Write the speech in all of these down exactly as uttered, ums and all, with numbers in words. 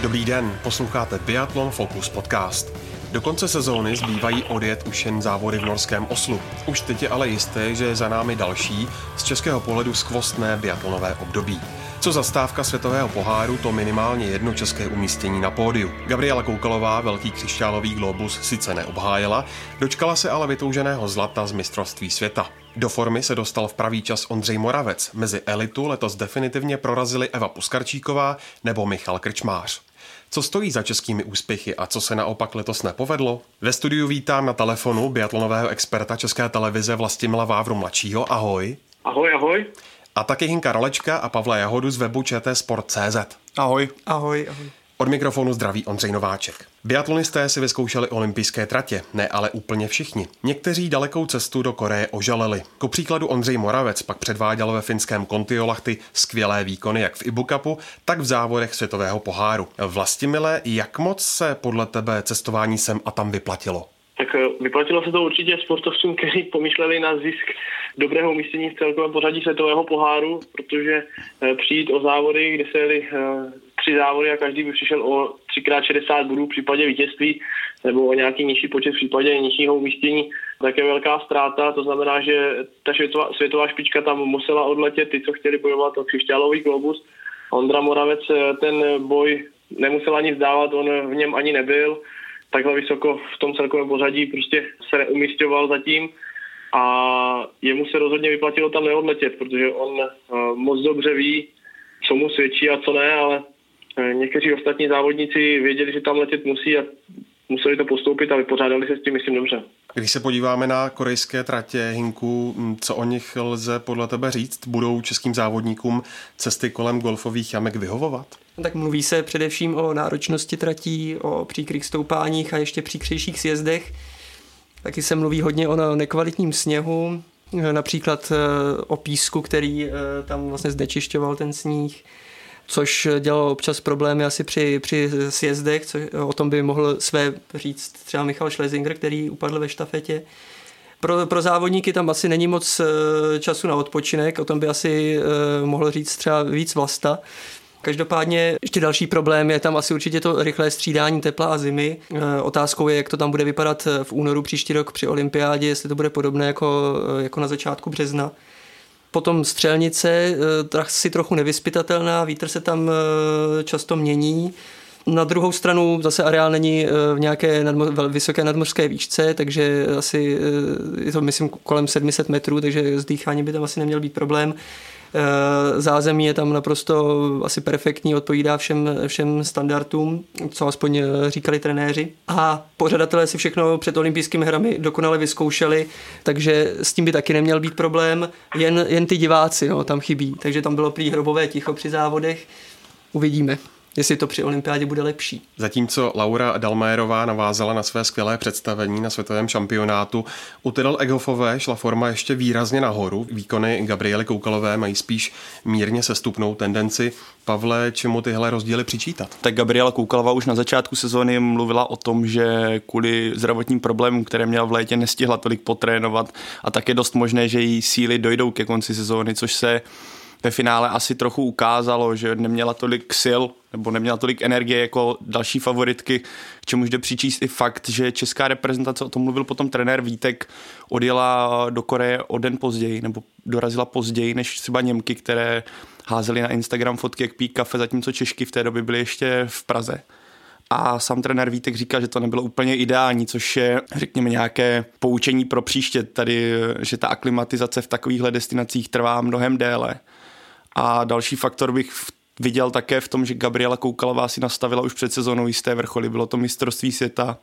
Dobrý den, posloucháte Biathlon Focus podcast. Do konce sezóny zbývají odjet už jen závody v norském Oslu. Už teď je ale jisté, že je za námi další, z českého pohledu skvostné biatlonové období. Co zastávka světového poháru, to minimálně jedno české umístění na pódiu. Gabriela Koukalová velký křišťálový globus sice neobhájila, dočkala se ale vytouženého zlata z mistrovství světa. Do formy se dostal v pravý čas Ondřej Moravec. Mezi elitu letos definitivně prorazili Eva Puskarčíková nebo Michal Krčmář. Co stojí za českými úspěchy a co se naopak letos nepovedlo? Ve studiu vítám na telefonu biatlonového experta České televize Vlastimila Vávru mladšího. Ahoj. Ahoj, ahoj. A taky Hinka Rolečka a Pavla Jahodu z webu čtsport tečka cé zet. Ahoj. Ahoj, ahoj. Od mikrofonu zdraví Ondřej Nováček. Biatlonisté si vyzkoušeli olympijské tratě, ne ale úplně všichni. Někteří dalekou cestu do Koreje ožaleli. Ku příkladu Ondřej Moravec pak předváděl ve finském Kontiolahti skvělé výkony jak v Ibu Cupu, tak v závodech světového poháru. Vlastimile, jak moc se podle tebe cestování sem a tam vyplatilo? Tak vyplatilo se to určitě sportovcům, kteří pomýšleli na zisk dobrého umístění v celkovém pořadí světového poháru, protože přijít o závody, kde se jeli tři závody a každý by přišel o tři krát šedesát bodů v případě vítězství nebo o nějaký nižší počet v případě nižšího umístění, tak je velká ztráta. To znamená, že ta světová, světová špička tam musela odletět, ty, co chtěli bojovat o křišťálový globus. Ondra Moravec ten boj nemusel ani vzdávat, on v něm ani nebyl. Takhle vysoko v tom celkovém pořadí prostě se neumísťoval zatím a jemu se rozhodně vyplatilo tam neodletět, protože on moc dobře ví, co mu svědčí a co ne, ale někteří ostatní závodníci věděli, že tam letět musí a museli to postoupit a vypořádali se s tím, myslím, dobře. Když se podíváme na korejské tratě, Hinku, co o nich lze podle tebe říct? Budou českým závodníkům cesty kolem golfových jamek vyhovovat? Tak mluví se především o náročnosti tratí, o příkrých stoupáních a ještě příkřejších sjezdech. Taky se mluví hodně o nekvalitním sněhu, například o písku, který tam vlastně znečišťoval ten sníh, což dělalo občas problémy asi při, při sjezdech, což o tom by mohl své říct třeba Michal Schlesinger, který upadl ve štafetě. Pro, pro závodníky tam asi není moc času na odpočinek, o tom by asi mohl říct třeba víc Vlasta. Každopádně ještě další problém je tam asi určitě to rychlé střídání tepla a zimy. Otázkou je, jak to tam bude vypadat v únoru příští rok při olympiádě, jestli to bude podobné jako, jako na začátku března. Potom střelnice, si trochu nevyzpytatelná, vítr se tam často mění. Na druhou stranu zase areál není v nějaké nadmo- vysoké nadmořské výšce, takže asi je to myslím kolem sedm set metrů, takže s dýcháním by tam asi neměl být problém. Zázemí je tam naprosto asi perfektní, odpovídá všem, všem standardům, co aspoň říkali trenéři. A pořadatelé si všechno před olympijskými hrami dokonale vyzkoušeli, takže s tím by taky neměl být problém. Jen, jen ty diváci no, tam chybí, takže tam bylo prý hrobové ticho při závodech. Uvidíme, jestli to při olympiádě bude lepší. Zatímco Laura Dalmajerová navázala na své skvělé představení na světovém šampionátu, u Tyrrell Egghoffové šla forma ještě výrazně nahoru. Výkony Gabriely Koukalové mají spíš mírně sestupnou tendenci. Pavle, čemu tyhle rozdíly přičítat? Tak Gabriela Koukalová už na začátku sezóny mluvila o tom, že kvůli zdravotním problémům, které měla v létě, nestihla tolik potrénovat a tak je dost možné, že její síly dojdou ke konci sezóny, což se ve finále asi trochu ukázalo, že neměla tolik sil nebo neměla tolik energie jako další favoritky, k čemuž jde přičíst i fakt, že česká reprezentace, o tom mluvil potom trenér Vítek, odjela do Koreje o den později nebo dorazila později než třeba Němky, které házely na Instagram fotky, jak pijí kafe, zatímco Češky v té době byly ještě v Praze. A sám trenér Vítek říká, že to nebylo úplně ideální, což je, řekněme, nějaké poučení pro příště tady, že ta aklimatizace v takovýchhle destinacích trvá mnohem déle. A další faktor bych viděl také v tom, že Gabriela Koukalová si nastavila už před sezónou jisté vrcholy. Bylo to mistrovství světa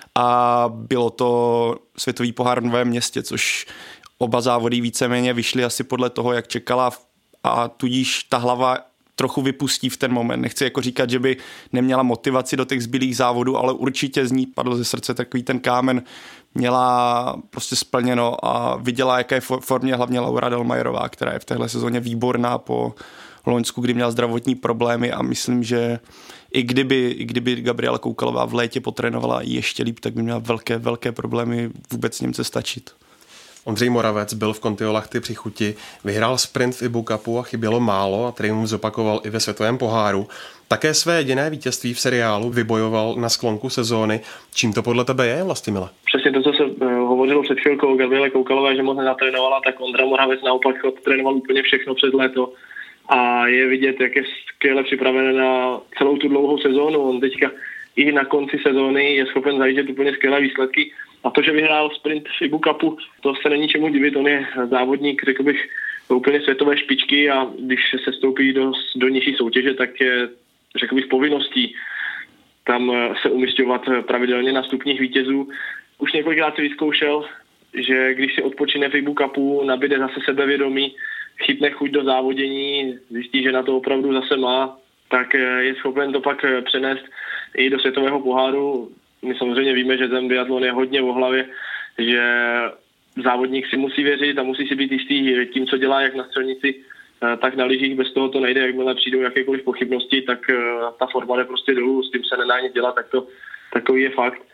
a bylo to světový pohár v Novém Městě, což oba závody víceméně vyšly asi podle toho, jak čekala a tudíž ta hlava trochu vypustí v ten moment. Nechci jako říkat, že by neměla motivaci do těch zbylých závodů, ale určitě z ní padl ze srdce takový ten kámen. Měla prostě splněno a viděla, jaké formě hlavně Laura Dalmajerová, která je v téhle sezóně výborná po Loňsku, kdy měla zdravotní problémy a myslím, že i kdyby, i kdyby Gabriela Koukalová v létě potrénovala ještě líp, tak by měla velké, velké problémy vůbec Němce stačit. Ondřej Moravec byl v Kontiolahty při chuti, vyhrál sprint v Ibu Cupu a chybělo málo a triumf zopakoval i ve světovém poháru. Také své jediné vítězství v seriálu vybojoval na sklonku sezóny. Čím to podle tebe je, Vlastimile? Přesně to, co se uh, hovořilo před chvilkou o Gabriele Koukalové, že moc nenatrénovala, tak Ondra Moravec naopak odtrénoval úplně všechno přes léto. A je vidět, jak je skvěle připravený na celou tu dlouhou sezónu. On teďka i na konci sezóny je schopen zajíždět úplně skvělé výsledky. A to, že vyhrál sprint v Ibu Cupu, to se není čemu divit. On je závodník, řekl bych, úplně světové špičky a když se stoupí do, do nižší soutěže, tak je, řekl bych, povinností tam se umisťovat pravidelně na stupních vítězů. Už několikrát si vyzkoušel, že když si odpočine v Ibu Cupu, nabíde zase sebevědomí, chytne chuť do závodění, zjistí, že na to opravdu zase má, tak je schopen to pak přenést i do světového poháru. My samozřejmě víme, že ten biatlon je hodně o hlavě, že závodník si musí věřit a musí si být jistý tím, co dělá jak na střelnici, tak na lyžích. Bez toho to nejde, jakmile přijdou jakékoliv pochybnosti, tak ta forma jde prostě dolů, s tím se nedá nic dělat, tak to takový je fakt.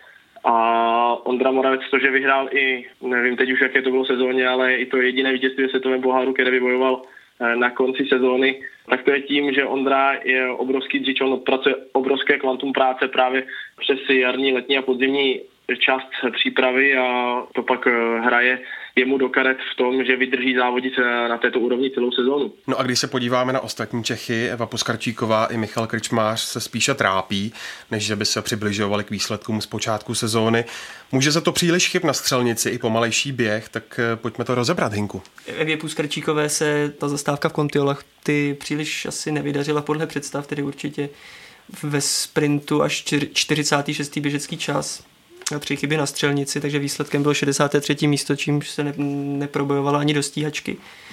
A Ondra Moravec to, že vyhrál i, nevím teď už, jaké to bylo sezóně, ale i to jediné vítězství v světovém poháru, které vybojoval na konci sezóny, tak to je tím, že Ondra je obrovský dřič, on odpracuje obrovské kvantum práce právě přes jarní, letní a podzimní část přípravy a to pak hraje jemu do karet v tom, že vydrží závodit na této úrovni celou sezónu. No a když se podíváme na ostatní Čechy, Eva Puskarčíková i Michal Krčmář se spíše trápí, než že by se přibližovali k výsledkům z počátku sezóny. Může se to příliš chyb na střelnici i pomalejší běh, tak pojďme to rozebrat, Hinku. Evě Puskarčíkové se ta zastávka v Kontiolahty příliš asi nevydařila podle představ, tedy určitě ve sprintu až čtyřicátý šestý běžecký čas. Tři chyby na střelnici, takže výsledkem bylo šedesáté třetí místo, čímž se ne, neprobojovala ani do stíhačky.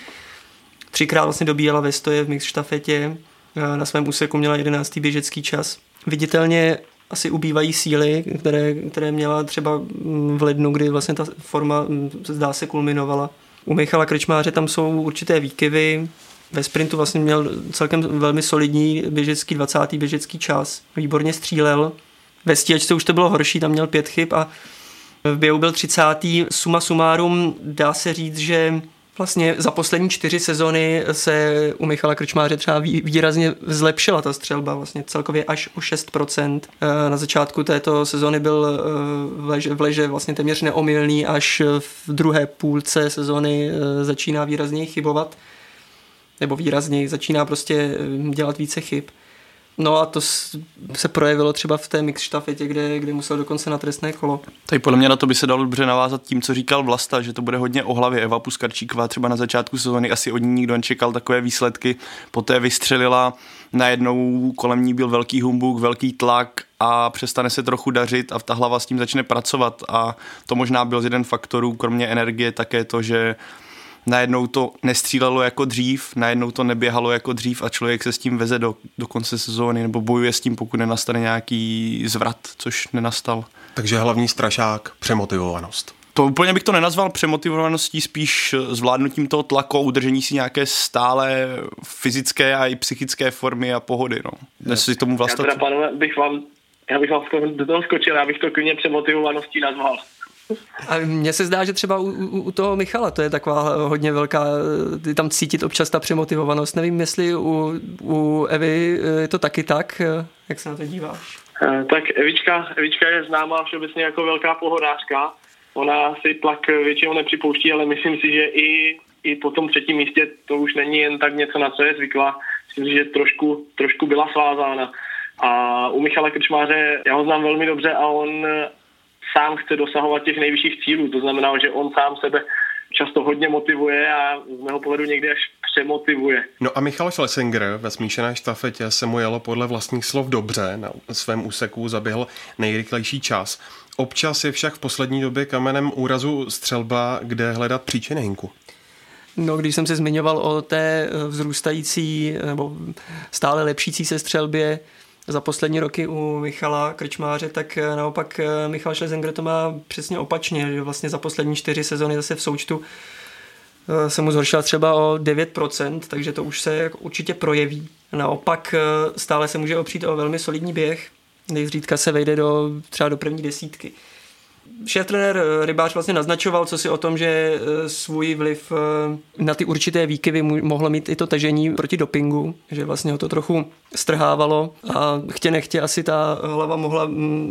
Třikrát vlastně dobíjela ve stoje v mix štafetě, na svém úseku měla jedenáctý běžecký čas. Viditelně asi ubývají síly, které, které měla třeba v lednu, kdy vlastně ta forma zdá se kulminovala. U Michala Krčmáře tam jsou určité výkyvy. Ve sprintu vlastně měl celkem velmi solidní běžecký dvacátý běžecký čas. Výborně střílel. Ve stíhačce už to bylo horší, tam měl pět chyb a v běhu byl třicátý Suma sumárum dá se říct, že vlastně za poslední čtyři sezony se u Michala Krčmáře třeba výrazně zlepšila ta střelba, vlastně celkově až o šest procent. Na začátku této sezony byl v leže, v leže vlastně téměř neomylný, až v druhé půlce sezony začíná výrazněji chybovat, nebo výrazněji začíná prostě dělat více chyb. No a to se projevilo třeba v té mix štafetě, kde, kde musel dokonce na trestné kolo. Tady podle mě na to by se dalo dobře navázat tím, co říkal Vlasta, že to bude hodně o hlavě. Eva Puskarčíková třeba na začátku sezóny asi od ní nikdo nečekal takové výsledky, poté vystřelila, najednou kolem ní byl velký humbuk, velký tlak a přestane se trochu dařit a ta hlava s tím začne pracovat a to možná byl jeden faktorů, kromě energie také to, že najednou to nestřílelo jako dřív, najednou to neběhalo jako dřív a člověk se s tím veze do, do konce sezóny nebo bojuje s tím, pokud nenastane nějaký zvrat, což nenastal. Takže hlavní strašák přemotivovanost. To úplně bych to nenazval přemotivovaností, spíš zvládnutím toho tlaku, udržení si nějaké stále fyzické a i psychické formy a pohody. No. Dnes si tomu vlastně... Já teda, pánové, bych vám, já bych vám do toho skočil, já bych to klidně přemotivovaností nazval. A mně se zdá, že třeba u, u, u toho Michala to je taková hodně velká, tam cítit občas ta přemotivovanost. Nevím, jestli u, u Evy je to taky tak, jak se na to díváš? Tak Evička, Evička je známá všeobecně jako velká pohodářka. Ona si tlak většinou nepřipouští, ale myslím si, že i, i po tom třetím místě to už není jen tak něco, na co je zvyklá. Myslím si, že trošku, trošku byla svázána. A u Michala Krčmáře, já ho znám velmi dobře a on sám chce dosahovat těch nejvyšších cílů. To znamená, že on sám sebe často hodně motivuje a z mého pohledu někdy až přemotivuje. No a Michal Schlesinger ve smíšené štafetě se mu jelo podle vlastních slov dobře. Na svém úseku zaběhl nejrychlejší čas. Občas je však v poslední době kamenem úrazu střelba, kde hledat příčiny, Hinku. No, když jsem se zmiňoval o té vzrůstající nebo stále lepšící se střelbě za poslední roky u Michala Krčmáře, tak naopak Michal Schlesinger to má přesně opačně, že vlastně za poslední čtyři sezony zase v součtu se mu zhoršila třeba o devět procent, takže to už se určitě projeví. Naopak stále se může opřít o velmi solidní běh, nejzřídka se vejde do, třeba do první desítky. Šéftrenér Rybář vlastně naznačoval, co si o tom, že svůj vliv na ty určité výkyvy mohlo mít i to tažení proti dopingu, že vlastně ho to trochu strhávalo a chtě nechtě asi ta hlava mohla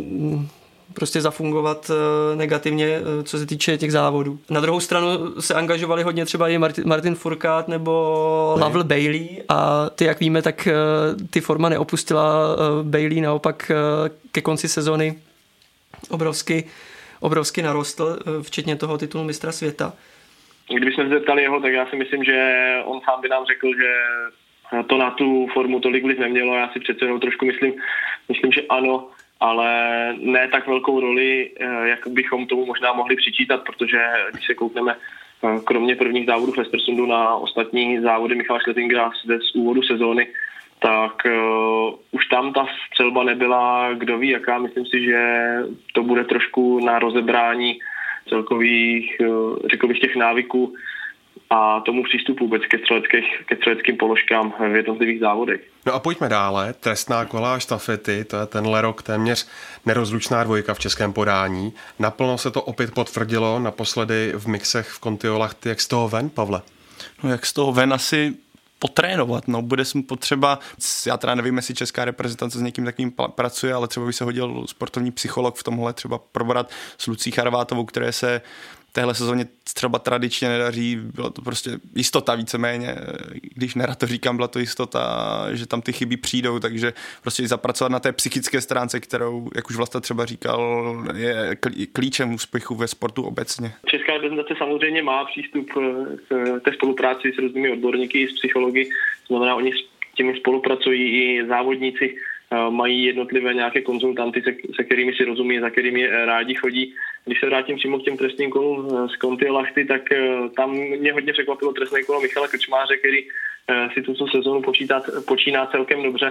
prostě zafungovat negativně, co se týče těch závodů. Na druhou stranu se angažovali hodně třeba i Martin, Martin Fourcade nebo Lovell Bailey a ty, jak víme, tak ty forma neopustila. Bailey naopak ke konci sezony obrovsky, obrovsky narostl, včetně toho titulu mistra světa. Kdybychom se zeptali jeho, tak já si myslím, že on sám by nám řekl, že to na tu formu tolik vliv nemělo. Já si přece jenom trošku myslím, myslím, že ano, ale ne tak velkou roli, jak bychom tomu možná mohli přičítat, protože když se koukneme kromě prvních závodů v Östersundu na ostatní závody Michala Schlettingera z úvodu sezóny, tak uh, už tam ta střelba nebyla kdo ví jaká. Myslím si, že to bude trošku na rozebrání celkových, uh, řekl bych, těch návyků a tomu přístupu vůbec ke, ke střeleckým položkám v jednotlivých závodech. No a pojďme dále. Trestná kola a štafety, to je tenhle rok téměř nerozlučná dvojka v českém podání. Naplno se to opět potvrdilo, naposledy v mixech v Kontiolahty. Jak z toho ven, Pavle? No jak z toho ven asi potrénovat, no, bude mu potřeba, já teda nevím, jestli česká reprezentace s někým takovým pracuje, ale třeba by se hodil sportovní psycholog v tomhle třeba probrat s Lucí Charvátovou, které se téhle sezóně třeba tradičně nedaří, byla to prostě jistota víceméně, když nerad to říkám, byla to jistota, že tam ty chyby přijdou, takže prostě zapracovat na té psychické stránce, kterou, jak už Vlasta třeba říkal, je klíčem úspěchu ve sportu obecně. Česká reprezentace samozřejmě má přístup k té spolupráci s různými odborníky i s psychologi, znamená, oni s těmi spolupracují i závodníci, mají jednotlivé nějaké konzultanty, se, se kterými si rozumí, za kterými rádi chodí. Když se vrátím přímo k těm trestním kolům z Kontiolahty, tak tam mě hodně překvapilo trestné kolo Michala Krčmáře, který si tuto sezónu počítá, počíná celkem dobře,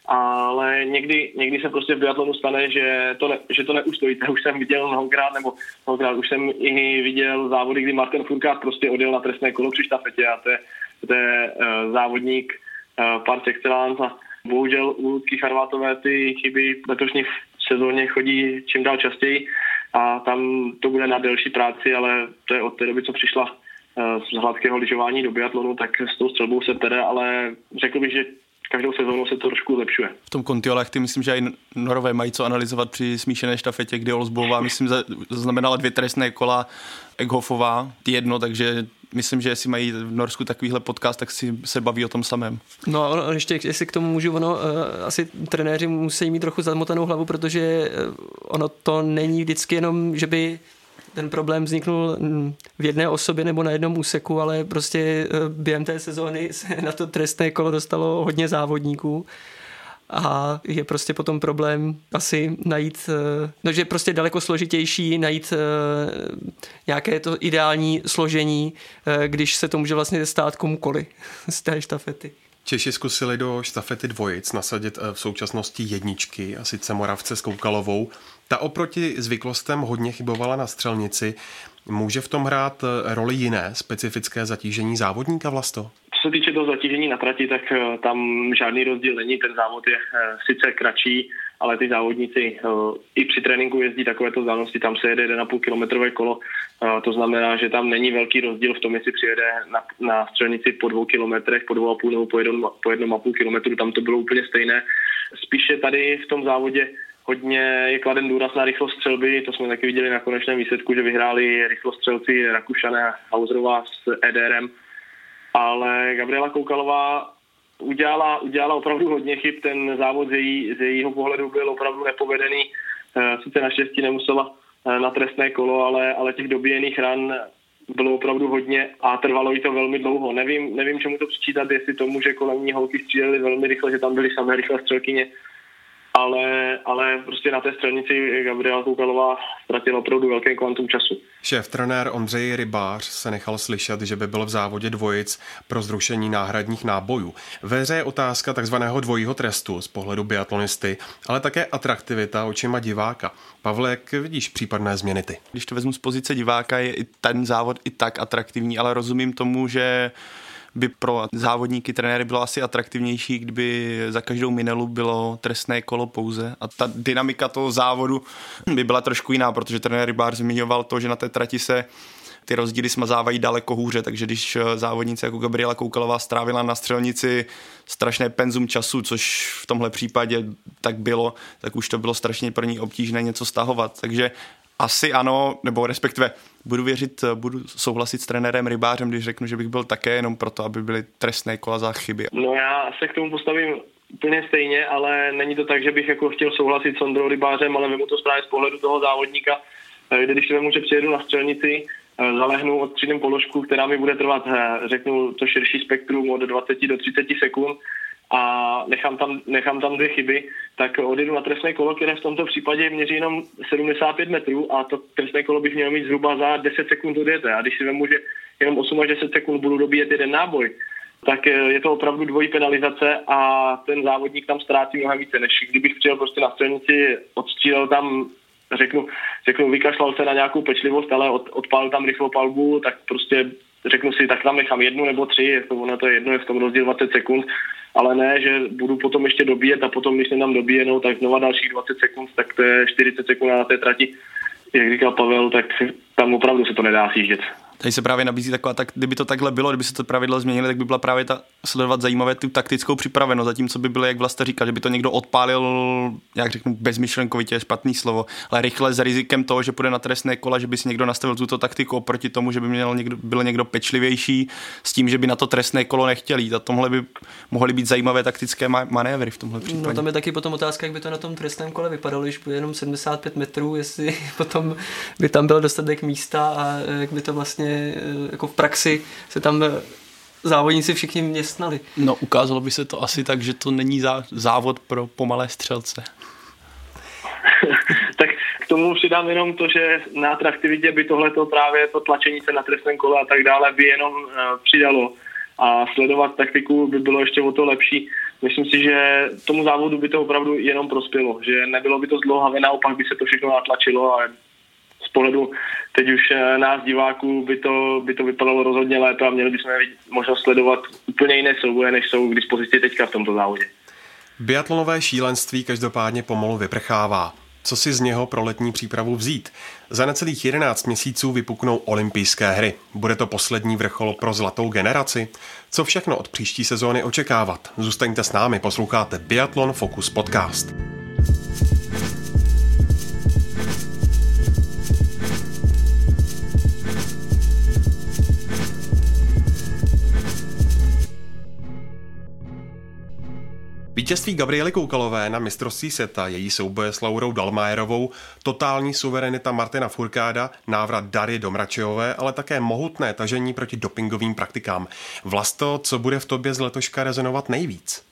ale někdy, někdy se prostě v biatlonu stane, že to, ne, že to neustojíte. Už jsem viděl mnohokrát, nebo mnohokrát už jsem i viděl závody, kdy Martin Fourcade prostě odjel na trestné kolo při štafetě a to je, to je závodník par excellence a bohužel u Ludky Charvátové ty chyby v letošní sezóně chodí čím dál častěji a tam to bude na delší práci, ale to je od té doby, co přišla z hladkého lyžování do biatlonu, tak s tou střelbou se pere, ale řekl bych, že každou sezónou se to trošku zlepšuje. V tom Kontiolahty myslím, že i Norové mají co analyzovat při smíšené štafetě, kdy Olsbová, myslím, zaznamenala dvě trestné kola, Eghofová jedno, takže myslím, že jestli mají v Norsku takovýhle podcast, tak si se baví o tom samém. No a ještě, jestli k tomu můžu, ono, asi trenéři musí mít trochu zamotanou hlavu, protože ono to není vždycky jenom, že by ten problém vzniknul v jedné osobě nebo na jednom úseku, ale prostě během té sezóny se na to trestné kolo dostalo hodně závodníků a je prostě potom problém asi najít, no, že je prostě daleko složitější najít nějaké to ideální složení, když se to může vlastně stát komukoli z té štafety. Češi zkusili do štafety dvojic nasadit v současnosti jedničky, a sice Moravce s Koukalovou. Ta oproti zvyklostem hodně chybovala na střelnici. Může v tom hrát roli jiné specifické zatížení závodníka, Vlasto? Co se týče toho zatížení na trati, tak tam žádný rozdíl není. Ten závod je sice kratší, ale ty závodníci i při tréninku jezdí takovéto vzdálenosti. Tam se jede jedna celá pět kilometrové kolo. To znamená, že tam není velký rozdíl v tom, jestli přijede na, na střelnici po dvou kilometrech, po dvou a půl nebo po jednom, po jednom a půl kilometru. Tam to bylo úplně stejné. Spíše tady v tom závodě hodně je kladen důraz na rychlost střelby, to jsme taky viděli na konečném výsledku, že vyhráli rychloststřelci Rakušané a Hauserová s Ederem, ale Gabriela Koukalová udělala, udělala opravdu hodně chyb, ten závod z, její, z jejího pohledu byl opravdu nepovedený, sice naštěstí nemusela na trestné kolo, ale, ale těch dobíjených ran bylo opravdu hodně a trvalo jí to velmi dlouho. Nevím, nevím čemu to přičítat, jestli tomu, že kolem ní holky střílely velmi rychle, že tam byly samé rychlé střelkyně, Ale, ale prostě na té střelnici Gabriela Koukalová ztratila opravdu velké kvantum času. Šéf-trenér Ondřej Rybář se nechal slyšet, že by byl v závodě dvojic pro zrušení náhradních nábojů. Ve hře je otázka takzvaného dvojího trestu z pohledu biatlonisty, ale také atraktivita očima diváka. Pavle, jak vidíš případné změny ty? Když to vezmu z pozice diváka, je i ten závod i tak atraktivní, ale rozumím tomu, že by pro závodníky, trenéry bylo asi atraktivnější, kdyby za každou minelu bylo trestné kolo pouze a ta dynamika toho závodu by byla trošku jiná, protože trenér Rybář zmiňoval to, že na té trati se ty rozdíly smazávají daleko hůře, takže když závodnice jako Gabriela Koukalová strávila na střelnici strašné penzum času, což v tomhle případě tak bylo, tak už to bylo strašně pro ní obtížné něco stahovat, takže asi ano, nebo respektive budu věřit, budu souhlasit s trenérem Rybářem, když řeknu, že bych byl také jenom proto, aby byly trestné kola za chyby. No já se k tomu postavím úplně stejně, ale není to tak, že bych jako chtěl souhlasit s Ondrou Rybářem, ale vemu to právě z pohledu toho závodníka, kde když vemu, že přijedu na střelnici, zalehnu, odstřídím položku, která mi bude trvat, řeknu, to širší spektrum od dvacet do třiceti sekund a nechám tam, nechám tam dvě chyby, tak odjedu na trestné kolo, které v tomto případě měří jenom sedmdesát pět metrů a to trestné kolo bych měl mít zhruba za deset sekund odjete. A když si vemu, že jenom osm až deset sekund budu dobíjet jeden náboj, tak je to opravdu dvojí penalizace a ten závodník tam ztrácí mnohem více, než kdybych přijel prostě na střelnici, odstřílel tam, řeknu, řeknu vykašlal se na nějakou pečlivost, ale od, odpálil tam rychlou palbu, tak prostě řeknu si, tak tam nechám jednu nebo tři, jako ono to je jedno, je v tom rozdíl dvacet sekund, ale ne, že budu potom ještě dobíjet a potom, když jsem tam dobíjenou, tak znova dalších dvacet sekund, tak to je čtyřicet sekund na té trati, jak říkal Pavel, tak tam opravdu se to nedá sjíždět. Tady se právě nabízí taková, tak kdyby to takhle bylo, kdyby se to pravidlo změnilo, tak by byla právě ta sledovat zajímavé tu taktickou připravenost, zatímco by bylo, jak Vlasta říkal, že by to někdo odpálil, jak řeknu, bezmyšlenkovitě, špatný slovo, ale rychle s rizikem toho, že půjde na trestné kola, že by si někdo nastavil tuto taktiku oproti tomu, že by měl někdo, byl někdo pečlivější s tím, že by na to trestné kolo nechtěl jít. A tomhle by mohly být zajímavé taktické manévry v tomhle případě. No tam je taky potom otázka, jak by to na tom trestném kole vypadalo, když bude jenom sedmdesát pět metrů, jestli potom by tam byl dostatek místa a jak by to vlastně jako v praxi se tam závodníci všichni městnali. No, ukázalo by se to asi tak, že to není závod pro pomalé střelce. Tak k tomu přidám jenom to, že na atraktivitě by tohleto právě to tlačení se na trestném kole a tak dále by jenom uh, přidalo. A sledovat taktiku by bylo ještě o to lepší. Myslím si, že tomu závodu by to opravdu jenom prospělo, že nebylo by to zdlouhavé, naopak by se to všechno natlačilo a z pohledu teď už nás diváků by to, by to vypadalo rozhodně lépe a měli bychom možnost sledovat úplně jiné souboje, než jsou k dispozici teďka v tomto závodě. Biatlonové šílenství každopádně pomalu vyprchává. Co si z něho pro letní přípravu vzít? Za necelých jedenáct měsíců vypuknou olympijské hry. Bude to poslední vrchol pro zlatou generaci? Co všechno od příští sezóny očekávat? Zůstaňte s námi, posloucháte Biatlon Focus podcast. Vítězství Gabriely Koukalové na mistrovství světa, její souboje s Laurou Dalmajerovou, totální suverenita Martina Fourcada, návrat Dary Domračejové, ale také mohutné tažení proti dopingovým praktikám. Vlasto, co bude v tobě z letoška rezonovat nejvíc?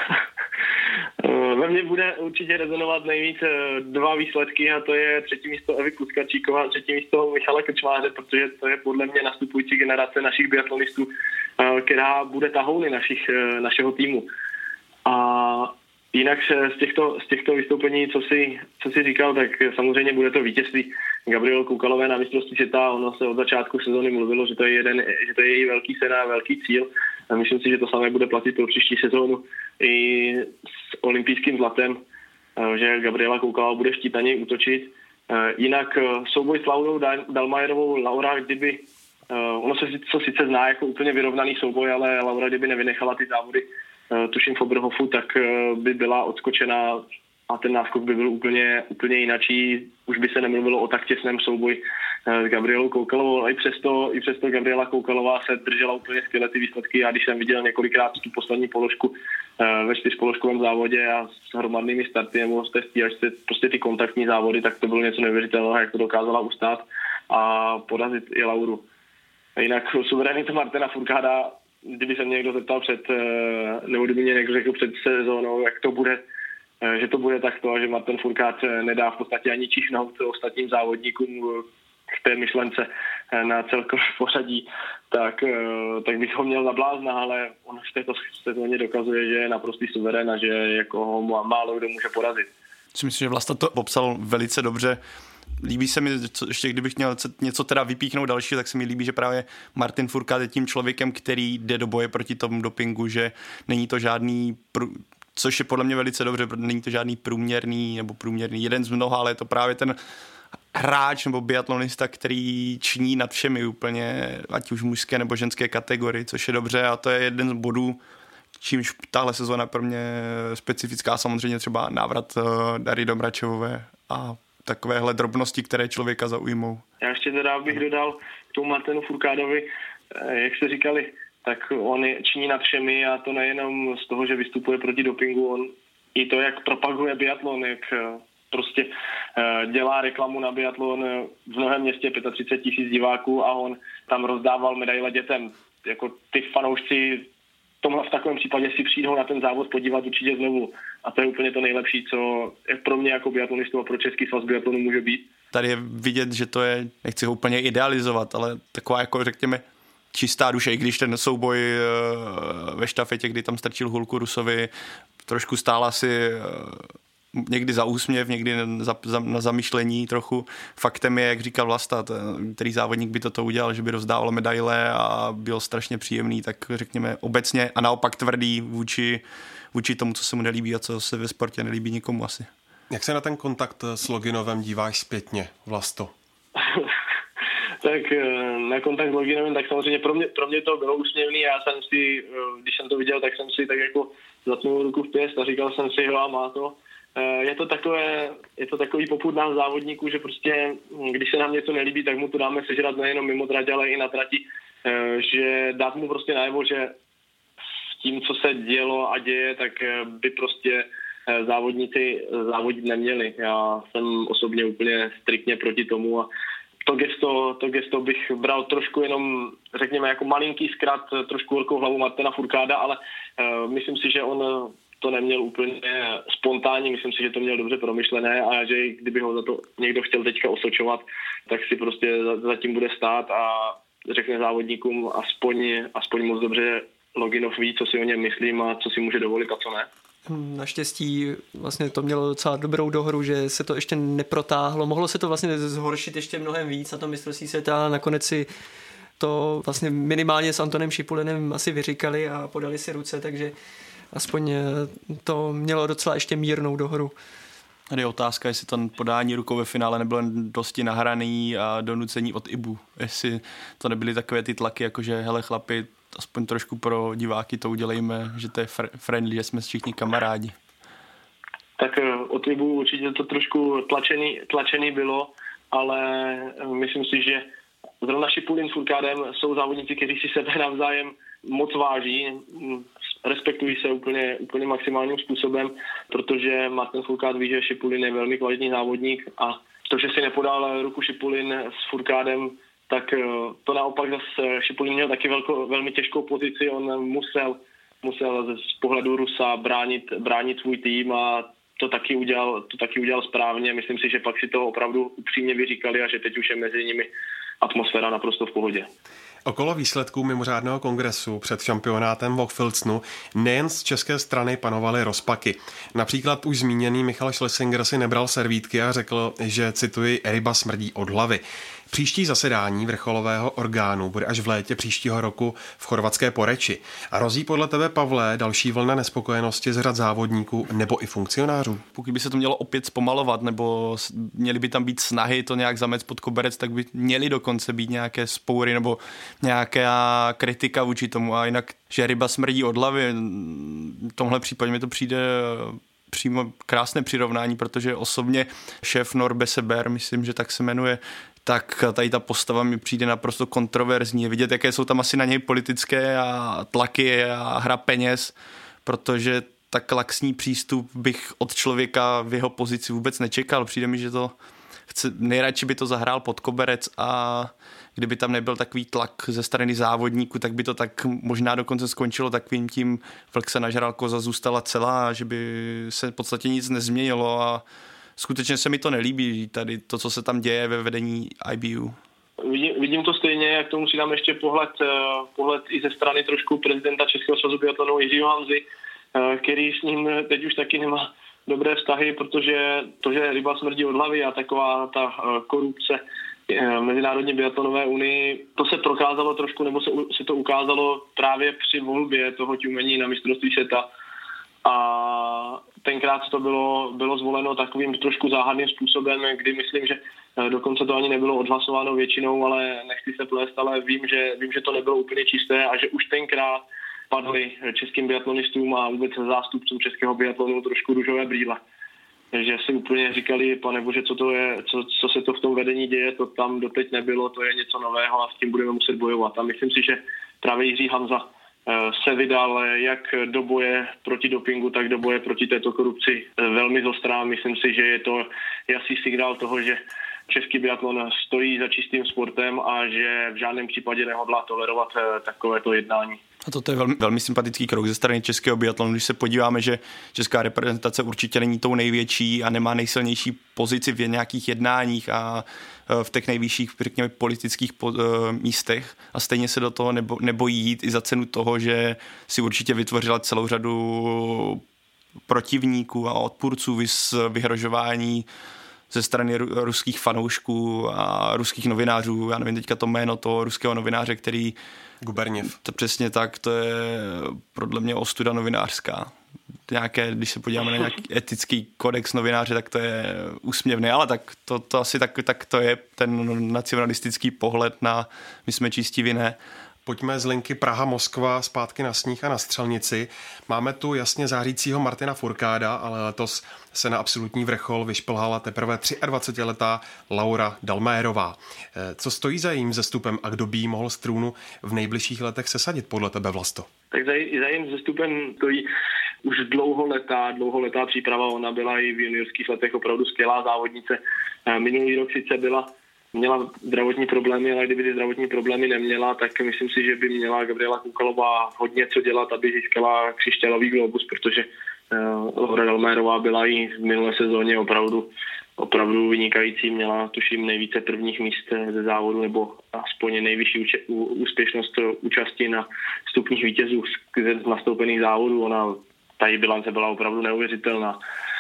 Ve mně bude určitě rezonovat nejvíc dva výsledky a to je třetí místo Evy Kuskarčíková a třetí místo Michala Krčmáře, protože to je podle mě nastupující generace našich biatlonistů, která bude tahouny našich, našeho týmu. A jinak z těchto, z těchto vystoupení, co si, co si říkal, tak samozřejmě bude to vítězství Gabriely Koukalové na mistrovství světa. Ono se od začátku sezóny mluvilo, že to je, jeden, že to je její velký sen a velký cíl. A myslím si, že to samé bude platit pro příští sezónu i s olympijským zlatem, že Gabriela Koukalová bude chtít na něj útočit. Jinak souboj s Laurou Dalmajerovou, Laura, kdyby, ono se to sice zná jako úplně vyrovnaný souboj, ale Laura, kdyby nevynechala ty závody, tuším v Oberhofu, tak by byla odskočena a ten náskok by byl úplně, úplně jinačí. Už by se nemluvilo o tak těsném souboji s Gabrielou Koukalovou, ale i přesto, i přesto Gabriela Koukalová se držela úplně skvěle ty výsledky a když jsem viděl několikrát tu poslední položku ve čtyřpoložkovém závodě a s hromadnými starty nebo z té stíhačce, prostě ty kontaktní závody, tak to bylo něco neuvěřitelného, jak to dokázala ustát a porazit i Lauru. A jinak suverenita Martina Fourcada, kdyby se mě někdo zeptal před, nebo kdyby mě někdo řekl před sezónou, jak to bude, že to bude takto a že Martin Fourcade nedá v podstatě ani čichnout ostatním závodníkům k té myšlence na celkové pořadí, tak, tak bych ho měl za blázna, ale on v této sezóně dokazuje, že je naprostý suverén a že jako ho málo kdo může porazit. Myslím, že Vlasta to popsal velice dobře. líbí se mi, co, ještě kdybych měl něco teda vypíchnout další, tak se mi líbí, že právě Martin Fourcade je tím člověkem, který jde do boje proti tomu dopingu, že není to žádný, což je podle mě velice dobře, není to žádný průměrný nebo průměrný jeden z mnoha, ale je to právě ten hráč nebo biatlonista, který ční nad všemi úplně, ať už mužské nebo ženské kategorii, což je dobře a to je jeden z bodů, čímž tahle sezóna pro mě specifická, samozřejmě třeba návrat Dary Domračevové a takovéhle drobnosti, které člověka zaujmou. Já ještě teda bych dodal k tomu Martinu Fourcadovi, jak jste říkali, tak on činí nad všemi a to nejenom z toho, že vystupuje proti dopingu, on i to, jak propaguje biatlon, jak prostě dělá reklamu na biatlon v mnohém městě třicet pět tisíc diváků a on tam rozdával medaile dětem. Jako ty fanoušci tomhle v takovém případě si přijdou na ten závod podívat určitě znovu. A to je úplně to nejlepší, co pro mě jako biatlonistu a pro Český svaz biatlonu může být. Tady je vidět, že to je, nechci ho úplně idealizovat, ale taková jako řekněme čistá duše, i když ten souboj ve štafetě, kdy tam strčil hulku Rusovi, trošku stála si někdy za úsměv, někdy za, za, na zamyšlení trochu. Faktem je, jak říkal Vlasta, ten, který závodník by toto udělal, že by rozdával medaile a byl strašně příjemný, tak řekněme obecně a naopak tvrdý vůči, vůči tomu, co se mu nelíbí a co se ve sportě nelíbí nikomu asi. Jak se na ten kontakt s Loginovem díváš zpětně, Vlasto? Tak na kontakt s Loginovem, tak samozřejmě pro mě, pro mě to bylo úsměvný. Já jsem si, když jsem to viděl, tak jsem si tak jako zatnul ruku v pěst a říkal jsem si, jo, a má to. Je to takové, je to takový popud nás závodníků, že prostě, když se nám něco nelíbí, tak mu to dáme sežrat nejenom mimo trať, ale i na trati, že dát mu prostě najevo, že s tím, co se dělo a děje, tak by prostě závodníci závodit neměli. Já jsem osobně úplně striktně proti tomu a to gesto, to gesto bych bral trošku jenom, řekněme, jako malinký zkrat, trošku velkou hlavu Martina Fourcada, ale uh, myslím si, že on to neměl úplně spontánní, myslím si, že to měl dobře promyšlené a že kdyby ho za to někdo chtěl teďka osočovat, tak si prostě za, za tím bude stát a řekne závodníkům aspoň, aspoň moc dobře Loginov ví, co si o něm myslím a co si může dovolit a co ne. Naštěstí vlastně to mělo docela dobrou dohru, že se to ještě neprotáhlo. Mohlo se to vlastně zhoršit ještě mnohem víc a to mistrovství světa nakonec si to vlastně minimálně s Antonem Šipulinem asi vyříkali a podali si ruce, takže aspoň to mělo docela ještě mírnou dohru. Tady je otázka, jestli to podání rukou ve finále nebylo dosti nahraný a donucení od Ibu. Jestli to nebyly takové ty tlaky, jakože hele chlapi, aspoň trošku pro diváky to udělejme, že to je friendly, že jsme všichni kamarádi. Tak od Ibu určitě to trošku tlačený, tlačený bylo, ale myslím si, že zrovna Šipulin s Fourcadem jsou závodníci, kteří si sebe navzájem moc váží, respektují se úplně, úplně maximálním způsobem, protože Martin Fourcade ví, že Šipulin je velmi kvalitní závodník a to, že si nepodal ruku Šipulin s Fourcadem, tak to naopak zase Šipulin měl taky velko, velmi těžkou pozici, on musel, musel z pohledu Rusa bránit, bránit svůj tým a to taky udělal, to taky udělal správně. Myslím si, že pak si to opravdu upřímně vyříkali a že teď už je mezi nimi atmosféra naprosto v pohodě. Okolo výsledků mimořádného kongresu před šampionátem v Hochfilzenu nejen z české strany panovaly rozpaky. Například už zmíněný Michal Schlesinger si nebral servítky a řekl, že, cituji, ryba smrdí od hlavy. Příští zasedání vrcholového orgánu bude až v létě příštího roku v chorvatské Poreči. A hrozí podle tebe, Pavle, další vlna nespokojenosti z řad závodníků nebo i funkcionářů? Pokud by se to mělo opět zpomalovat, nebo měly by tam být snahy to nějak zamést pod koberec, tak by měly dokonce být nějaké spoury nebo nějaká kritika vůči tomu. A jinak, že ryba smrdí od hlavy, v tomhle případě mi to přijde přímo krásné přirovnání, protože osobně šéf Norbe Seber, myslím, že tak se jmenuje, tak tady ta postava mi přijde naprosto kontroverzní. Vidět, jaké jsou tam asi na něj politické a tlaky a hra peněz, protože tak laxní přístup bych od člověka v jeho pozici vůbec nečekal. Přijde mi, že to chce, nejradši by to zahrál pod koberec a kdyby tam nebyl takový tlak ze strany závodníků, tak by to tak možná dokonce skončilo takovým tím, vlk se nažral, koza zůstala celá, že by se v podstatě nic nezměnilo a skutečně se mi to nelíbí, tady to, co se tam děje ve vedení I B U. Vidím, vidím to stejně, jak tomu přidám ještě pohled, pohled i ze strany trošku prezidenta Českého svazu biatlonu Jiřího Hamzy, který s ním teď už taky nemá dobré vztahy, protože to, že ryba smrdí od hlavy a taková ta korupce Mezinárodní biatlonové unii, to se prokázalo trošku, nebo se, se to ukázalo právě při volbě toho ťumení na mistrovství světa. A tenkrát to bylo, bylo zvoleno takovým trošku záhadným způsobem, kdy myslím, že dokonce to ani nebylo odhlasováno většinou, ale nechci se plést, ale vím, že, vím, že to nebylo úplně čisté a že už tenkrát padly českým biatlonistům a vůbec zástupcům českého biatlonu trošku růžové brýle. Že si úplně říkali, pane bože, co to je, co, co se to v tom vedení děje, to tam doteď nebylo, to je něco nového a s tím budeme muset bojovat. A myslím si, že právě Jiří Hanza se vydal jak do boje proti dopingu, tak do boje proti této korupci velmi zostrá. Myslím si, že je to jasný signál toho, že český biatlon stojí za čistým sportem a že v žádném případě nehodlá tolerovat takovéto jednání. A to je velmi, velmi sympatický krok ze strany českého biatlonu, když se podíváme, že česká reprezentace určitě není tou největší a nemá nejsilnější pozici v nějakých jednáních a v těch nejvyšších, řekněme, politických místech a stejně se do toho nebo, nebojí jít i za cenu toho, že si určitě vytvořila celou řadu protivníků a odpůrců vys vyhrožování ze strany ruských fanoušků a ruských novinářů. Já nevím teďka to jméno toho ruského novináře, který... Guberněv. To přesně tak, to je podle mě ostuda novinářská. Nějaké, když se podíváme na nějaký etický kodex novináře, tak to je úsměvný, ale tak to, to asi tak, tak to je ten nacionalistický pohled na my jsme čistí vinné. Pojďme z linky Praha-Moskva zpátky na sníh a na střelnici. Máme tu jasně zářícího Martina Fourcada, ale letos se na absolutní vrchol vyšplhala teprve dvacetiletá Laura Dalmérová. Co stojí za jejím zestupem a kdo by jí mohl z trůnu v nejbližších letech sesadit podle tebe, Vlasto? Tak za, za jejím zestupem stojí už dlouholetá, dlouholetá příprava. Ona byla i v juniorských letech opravdu skvělá závodnice. Minulý rok sice byla měla zdravotní problémy, ale kdyby ty zdravotní problémy neměla, tak myslím si, že by měla Gabriela Koukalová hodně co dělat, aby získala křišťálový globus, protože uh, Laura Dalmérová byla i v minulé sezóně opravdu, opravdu vynikající, měla tuším nejvíce prvních míst ze závodu nebo aspoň nejvyšší uče- úspěšnost účasti na stupních vítězů z nastoupených závodů. Ona, ta její bilance byla opravdu neuvěřitelná.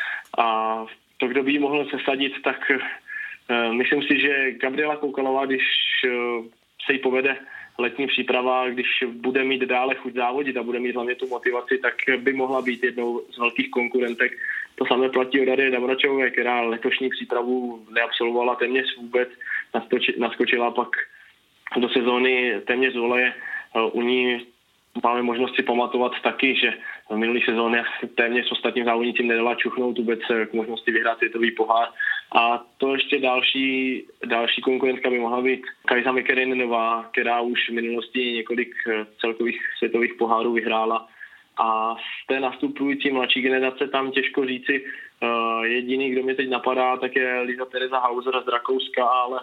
A to, kdo by jí mohl sesadit, tak myslím si, že Gabriela Koukalová, když se jí povede letní příprava, když bude mít dále chuť závodit a bude mít hlavně tu motivaci, tak by mohla být jednou z velkých konkurentek. To samé platí o Darie Davračové, která letošní přípravu neabsolvovala téměř vůbec, naskočila pak do sezóny téměř z voleje. U ní máme možnost si pamatovat taky, že v minulých sezónách téměř ostatním závodnicím nedala čuchnout vůbec k možnosti vyhrát světový pohár. A to ještě další, další konkurentka by mohla být Kajsa Mäkäränenová, která už v minulosti několik celkových světových pohárů vyhrála. A z té nastupující mladší generace tam těžko říci. Jediný, kdo mě teď napadá, tak je Lisa Teresa Hauser z Rakouska, ale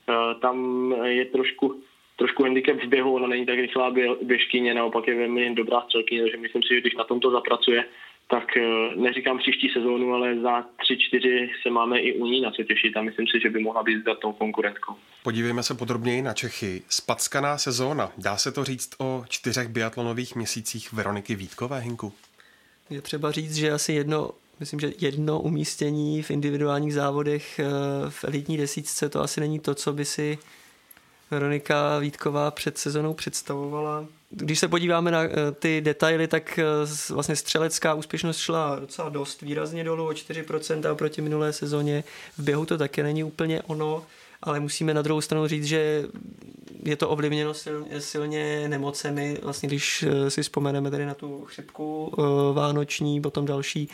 tam je trošku trošku handicap v běhu, ona není tak rychlá běžkyně, naopak je velmi dobrá střelkyně, takže myslím si, že když na tomto zapracuje, tak neříkám příští sezónu, ale za tři, čtyři se máme i u ní na co těšit a myslím si, že by mohla být za tou konkurentkou. Podívejme se podrobněji na Čechy. Spackaná sezóna. Dá se to říct o čtyřech biatlonových měsících Veroniky Vítkové, Hinku? Je třeba říct, že asi jedno, myslím, že jedno umístění v individuálních závodech v elitní desítce, to asi není to, co by si Veronika Vítková před sezónou představovala. Když se podíváme na ty detaily, tak vlastně střelecká úspěšnost šla docela dost výrazně dolů o čtyři procenta oproti minulé sezóně. V běhu to také není úplně ono, ale musíme na druhou stranu říct, že je to ovlivněno silně, silně nemocemi. Vlastně když si vzpomeneme tady na tu chřipku vánoční, potom další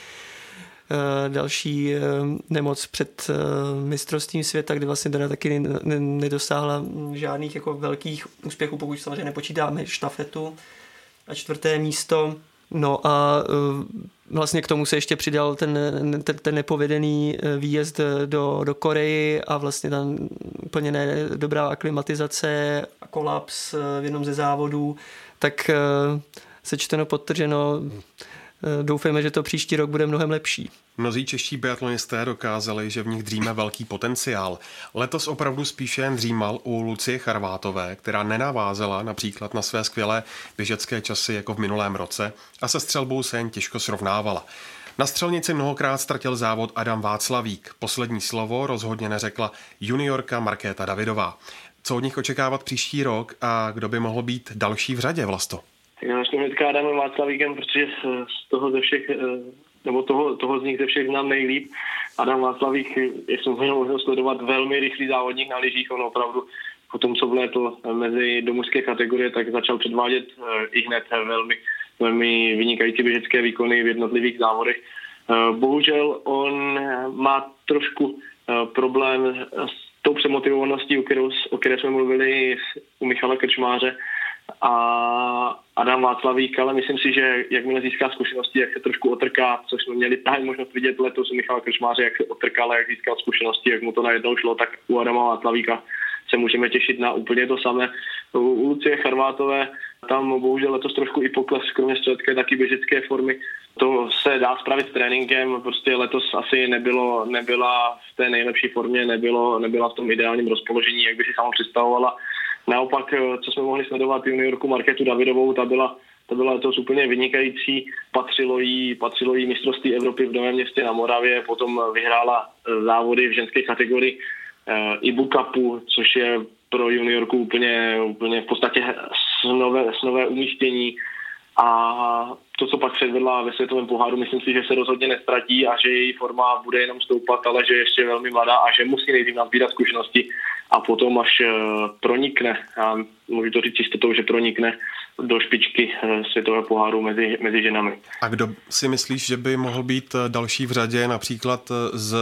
další nemoc před mistrovstvím světa, kdy vlastně teda taky nedosáhla žádných jako velkých úspěchů, pokud samozřejmě nepočítáme štafetu a čtvrté místo. No a vlastně k tomu se ještě přidal ten, ten, ten nepovedený výjezd do, do Koreji a vlastně tam úplně ne dobrá aklimatizace a kolaps v jednom ze závodů, tak sečteno podtrženo doufejme, že to příští rok bude mnohem lepší. Mnozí čeští biatlonisté dokázali, že v nich dříme velký potenciál. Letos opravdu spíše jen dřímal u Lucie Charvátové, která nenavázela například na své skvělé běžecké časy jako v minulém roce a se střelbou se jen těžko srovnávala. Na střelnici mnohokrát ztratil závod Adam Václavík. Poslední slovo rozhodně neřekla juniorka Markéta Davidová. Co od nich očekávat příští rok a kdo by mohl být další v řadě, Vlasto? Já začnu hnedka Adamem Václavíkem, protože z toho ze všech, nebo toho, toho z nich ze všech znám nejlíp. Adam Václavík, jak jsem měl možnost sledovat, velmi rychlý závodník na lyžích, on opravdu po tom, co vlétl mezi do mužské kategorie, tak začal předvádět i hned velmi, velmi vynikající běžecké výkony v jednotlivých závodech. Bohužel on má trošku problém s tou přemotivovaností, o, kterou, o které jsme mluvili u Michala Krčmáře a Adam Václavík, ale myslím si, že jakmile získá zkušenosti, jak se trošku otrká, což jsme měli právě možnost vidět letos u Michala Krčmáře, jak se otrkal a jak získal zkušenosti, jak mu to najednou šlo, tak u Adama Václavíka se můžeme těšit na úplně to samé. U Lucie Charvátové tam bohužel letos trošku i pokles, kromě středké, taky běžecké formy. To se dá spravit s tréninkem, prostě letos asi nebylo, nebyla v té nejlepší formě, nebylo, nebyla v tom ideálním rozpoložení, jak by si sama představovala. Naopak, co jsme mohli sledovat juniorku Markétu Davidovou, ta byla, ta byla letos úplně vynikající, patřilo jí, patřilo jí mistrovství Evropy v Novém Městě na Moravě, potom vyhrála závody v ženské kategorii Ibu Cupu, což je pro juniorku úplně, úplně v podstatě snové, snové umístění. A to, co pak předvedla ve světovém poháru, myslím si, že se rozhodně nestratí a že její forma bude jenom stoupat, ale že je ještě velmi mladá a že musí nejdřív nazbírat zkušenosti a potom až pronikne, a můžu to říct jistotou, že pronikne do špičky světového poháru mezi, mezi ženami. A kdo si myslíš, že by mohl být další v řadě, například z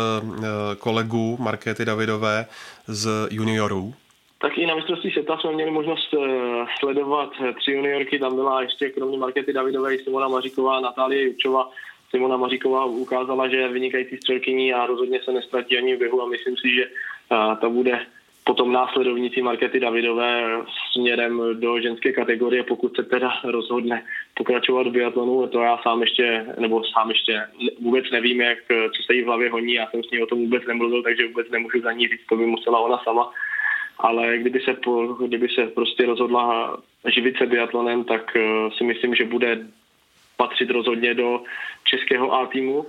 kolegů Markéty Davidové z juniorů? Tak i na mistrovství světa jsme měli možnost sledovat tři juniorky, tam byla ještě kromě Markéty Davidové Simona Maříková, Natálie Jurčová. Simona Maříková ukázala, že je vynikající střelkyní a rozhodně se nestratí ani v běhu a myslím si, že ta bude potom následovnící Markéty Davidové směrem do ženské kategorie, pokud se teda rozhodne pokračovat v biatlonu. To já sám ještě, nebo sám ještě vůbec nevím, jak, co se jí v hlavě honí, já jsem s ní o tom vůbec nemluvil, takže vůbec nemůžu za ní říct, to by musela ona sama. Ale kdyby se, po, kdyby se prostě rozhodla živit se biatlonem, tak uh, si myslím, že bude patřit rozhodně do českého A týmu.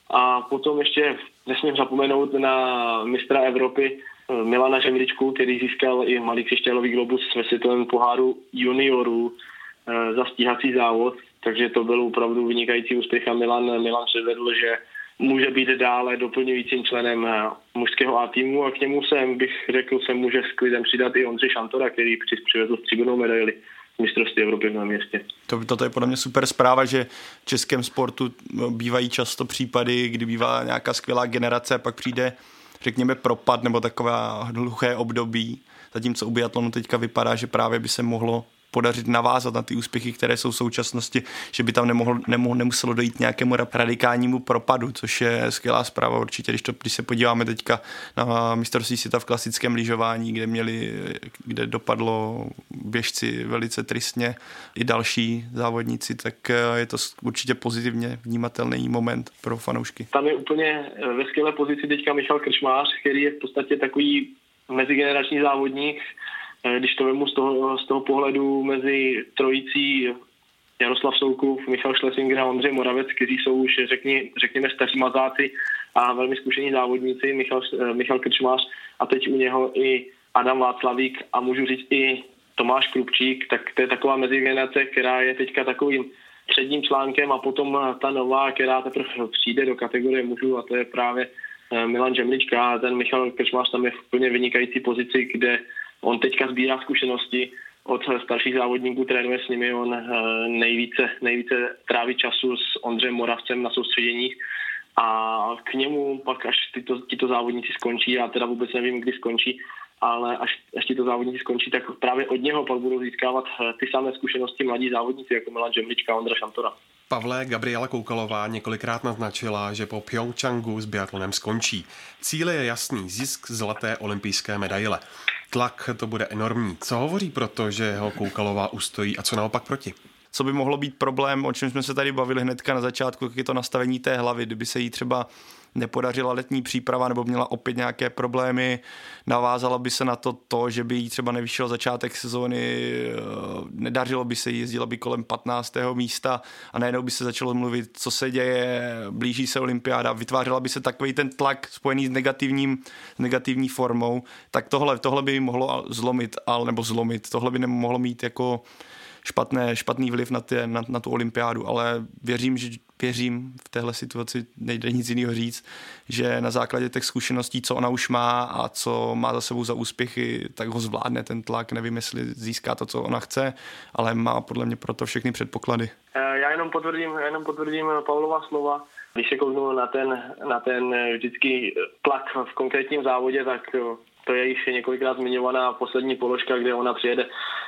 A potom ještě nesmím zapomenout na mistra Evropy uh, Milana Žemličku, který získal i malý křišťálový globus ve světovém poháru juniorů uh, za stíhací závod. Takže to byl opravdu vynikající úspěch a Milan, Milan předvedl, že může být dále doplňujícím členem mužského A týmu a k němu jsem, bych řekl, se může s klidem přidat i Ondřej Šantora, který přivezl stříbrnou medaili v mistrovství Evropy v Novém Městě. To, toto je podle mě super zpráva, že v českém sportu bývají často případy, kdy bývá nějaká skvělá generace a pak přijde, řekněme, propad nebo takové hluché období, zatímco u biatlonu teďka vypadá, že právě by se mohlo podařit navázat na ty úspěchy, které jsou v současnosti, že by tam nemohlo, nemohlo, nemuselo dojít nějakému radikálnímu propadu, což je skvělá zpráva určitě, když, to, když se podíváme teďka na mistrovství světa v klasickém lyžování, kde měli, kde dopadlo běžci velice tristně, i další závodníci, tak je to určitě pozitivně vnímatelný moment pro fanoušky. Tam je úplně ve skvělé pozici teďka Michal Krčmář, který je v podstatě takový mezigenerační závodník. Když to vemu z toho, z toho pohledu mezi trojicí Jaroslav Soukův, Michal Schlesinger a Ondřej Moravec, kteří jsou už řekni, řekněme staří mazáci a velmi zkušení závodníci, Michal, Michal Krčmář a teď u něho i Adam Václavík a můžu říct i Tomáš Krupčík, tak to je taková mezigenerace, která je teďka takovým předním článkem a potom ta nová, která teprve přijde do kategorie mužů a to je právě Milan Žemlička a ten Michal Krčmář tam je v plně vynikající pozici, kde on teďka sbírá zkušenosti od starších závodníků, trénuje s nimi, on nejvíce, nejvíce tráví času s Ondřejem Moravcem na soustředěních a k němu pak, až tyto, tyto závodníci skončí, já teda vůbec nevím, kdy skončí, ale až, až tyto závodníci skončí, tak právě od něho pak budou získávat ty samé zkušenosti mladí závodníci, jako Milan Žemlička a Ondra Šantora. Pavle, Gabriela Koukalová několikrát naznačila, že po Pyeongchangu s biatlonem skončí. Cíl je jasný, zisk zlaté olympijské medaile. Tlak to bude enormní. Co hovoří proto, že ho Koukalová ustojí a co naopak proti? Co by mohlo být problém, o čem jsme se tady bavili hnedka na začátku, jak je to nastavení té hlavy, kdyby se jí třeba nepodařila letní příprava nebo měla opět nějaké problémy. Navázala by se na to to, že by jí třeba nevyšel začátek sezóny, nedařilo by se jí, jezdila by kolem patnáctého místa a najednou by se začalo mluvit, co se děje, blíží se olympiáda, vytvářela by se takový ten tlak spojený s negativním, s negativní formou, tak tohle, tohle by mohlo zlomit, ale nebo zlomit, tohle by nemohlo mít jako špatné, špatný vliv na, tě, na, na tu olympiádu, ale věřím, že věřím v téhle situaci, nejde nic jiného říct, že na základě těch zkušeností, co ona už má a co má za sebou za úspěchy, tak ho zvládne ten tlak, nevím, jestli získá to, co ona chce, ale má podle mě proto všechny předpoklady. Já jenom potvrdím, já jenom potvrdím Pavlova slova. Když se kouknu na ten, na ten vždycky tlak v konkrétním závodě, tak to je již několikrát zmiňovaná poslední položka, kde ona přijede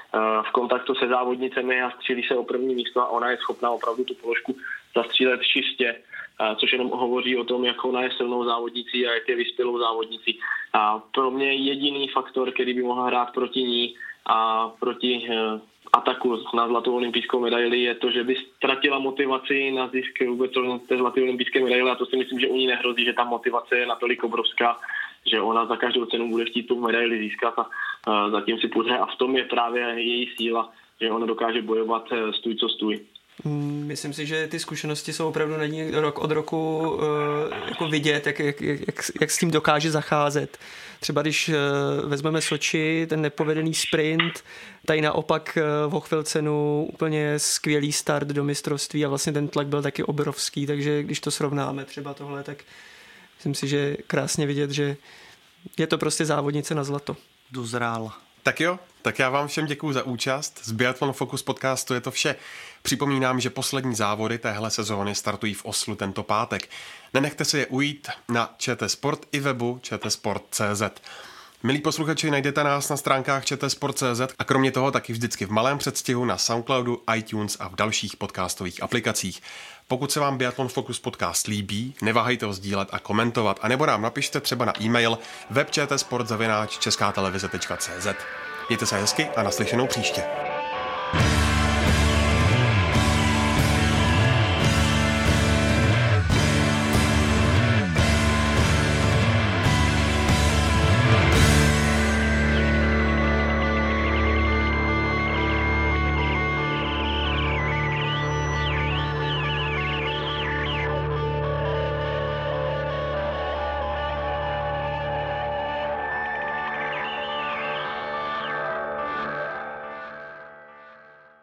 v kontaktu se závodnicemi a střílí se o první místo a ona je schopná opravdu tu položku zastřílet čistě, což jenom hovoří o tom, jak ona je silnou závodnicí a jak je vyspělou závodnicí. A pro mě jediný faktor, který by mohl hrát proti ní a proti ataku na zlatou olympijskou medaili, je to, že by ztratila motivaci na zisk vůbec té zlaté olympijské medaile a to si myslím, že u ní nehrozí, že ta motivace je natolik obrovská, že ona za každou cenu bude chtít tu medaili získat a, a zatím si půjde a v tom je právě její síla, že ona dokáže bojovat stůj co stůj. Myslím si, že ty zkušenosti jsou opravdu na ní rok od roku uh, jako vidět, jak, jak, jak, jak s tím dokáže zacházet. Třeba když uh, vezmeme Soči, ten nepovedený sprint, tady naopak uh, v Hochfilzenu úplně skvělý start do mistrovství a vlastně ten tlak byl taky obrovský, takže když to srovnáme třeba tohle, tak myslím si, že krásně vidět, že je to prostě závodnice na zlato. Dozrála. Tak jo, tak já vám všem děkuju za účast. Z Biathlon Focus podcastu je to vše. Připomínám, že poslední závody téhle sezóny startují v Oslu tento pátek. Nenechte se je ujít na ČT Sport i webu čtsport tečka cé zet. Milí posluchači, najdete nás na stránkách čtsport tečka cé zet a kromě toho taky vždycky v malém předstihu na Soundcloudu, iTunes a v dalších podcastových aplikacích. Pokud se vám Biathlon Focus podcast líbí, neváhejte ho sdílet a komentovat, anebo nám napište třeba na e-mail web čtsport zavináč česká televize tečka cé zet. Mějte se hezky a naslyšenou příště.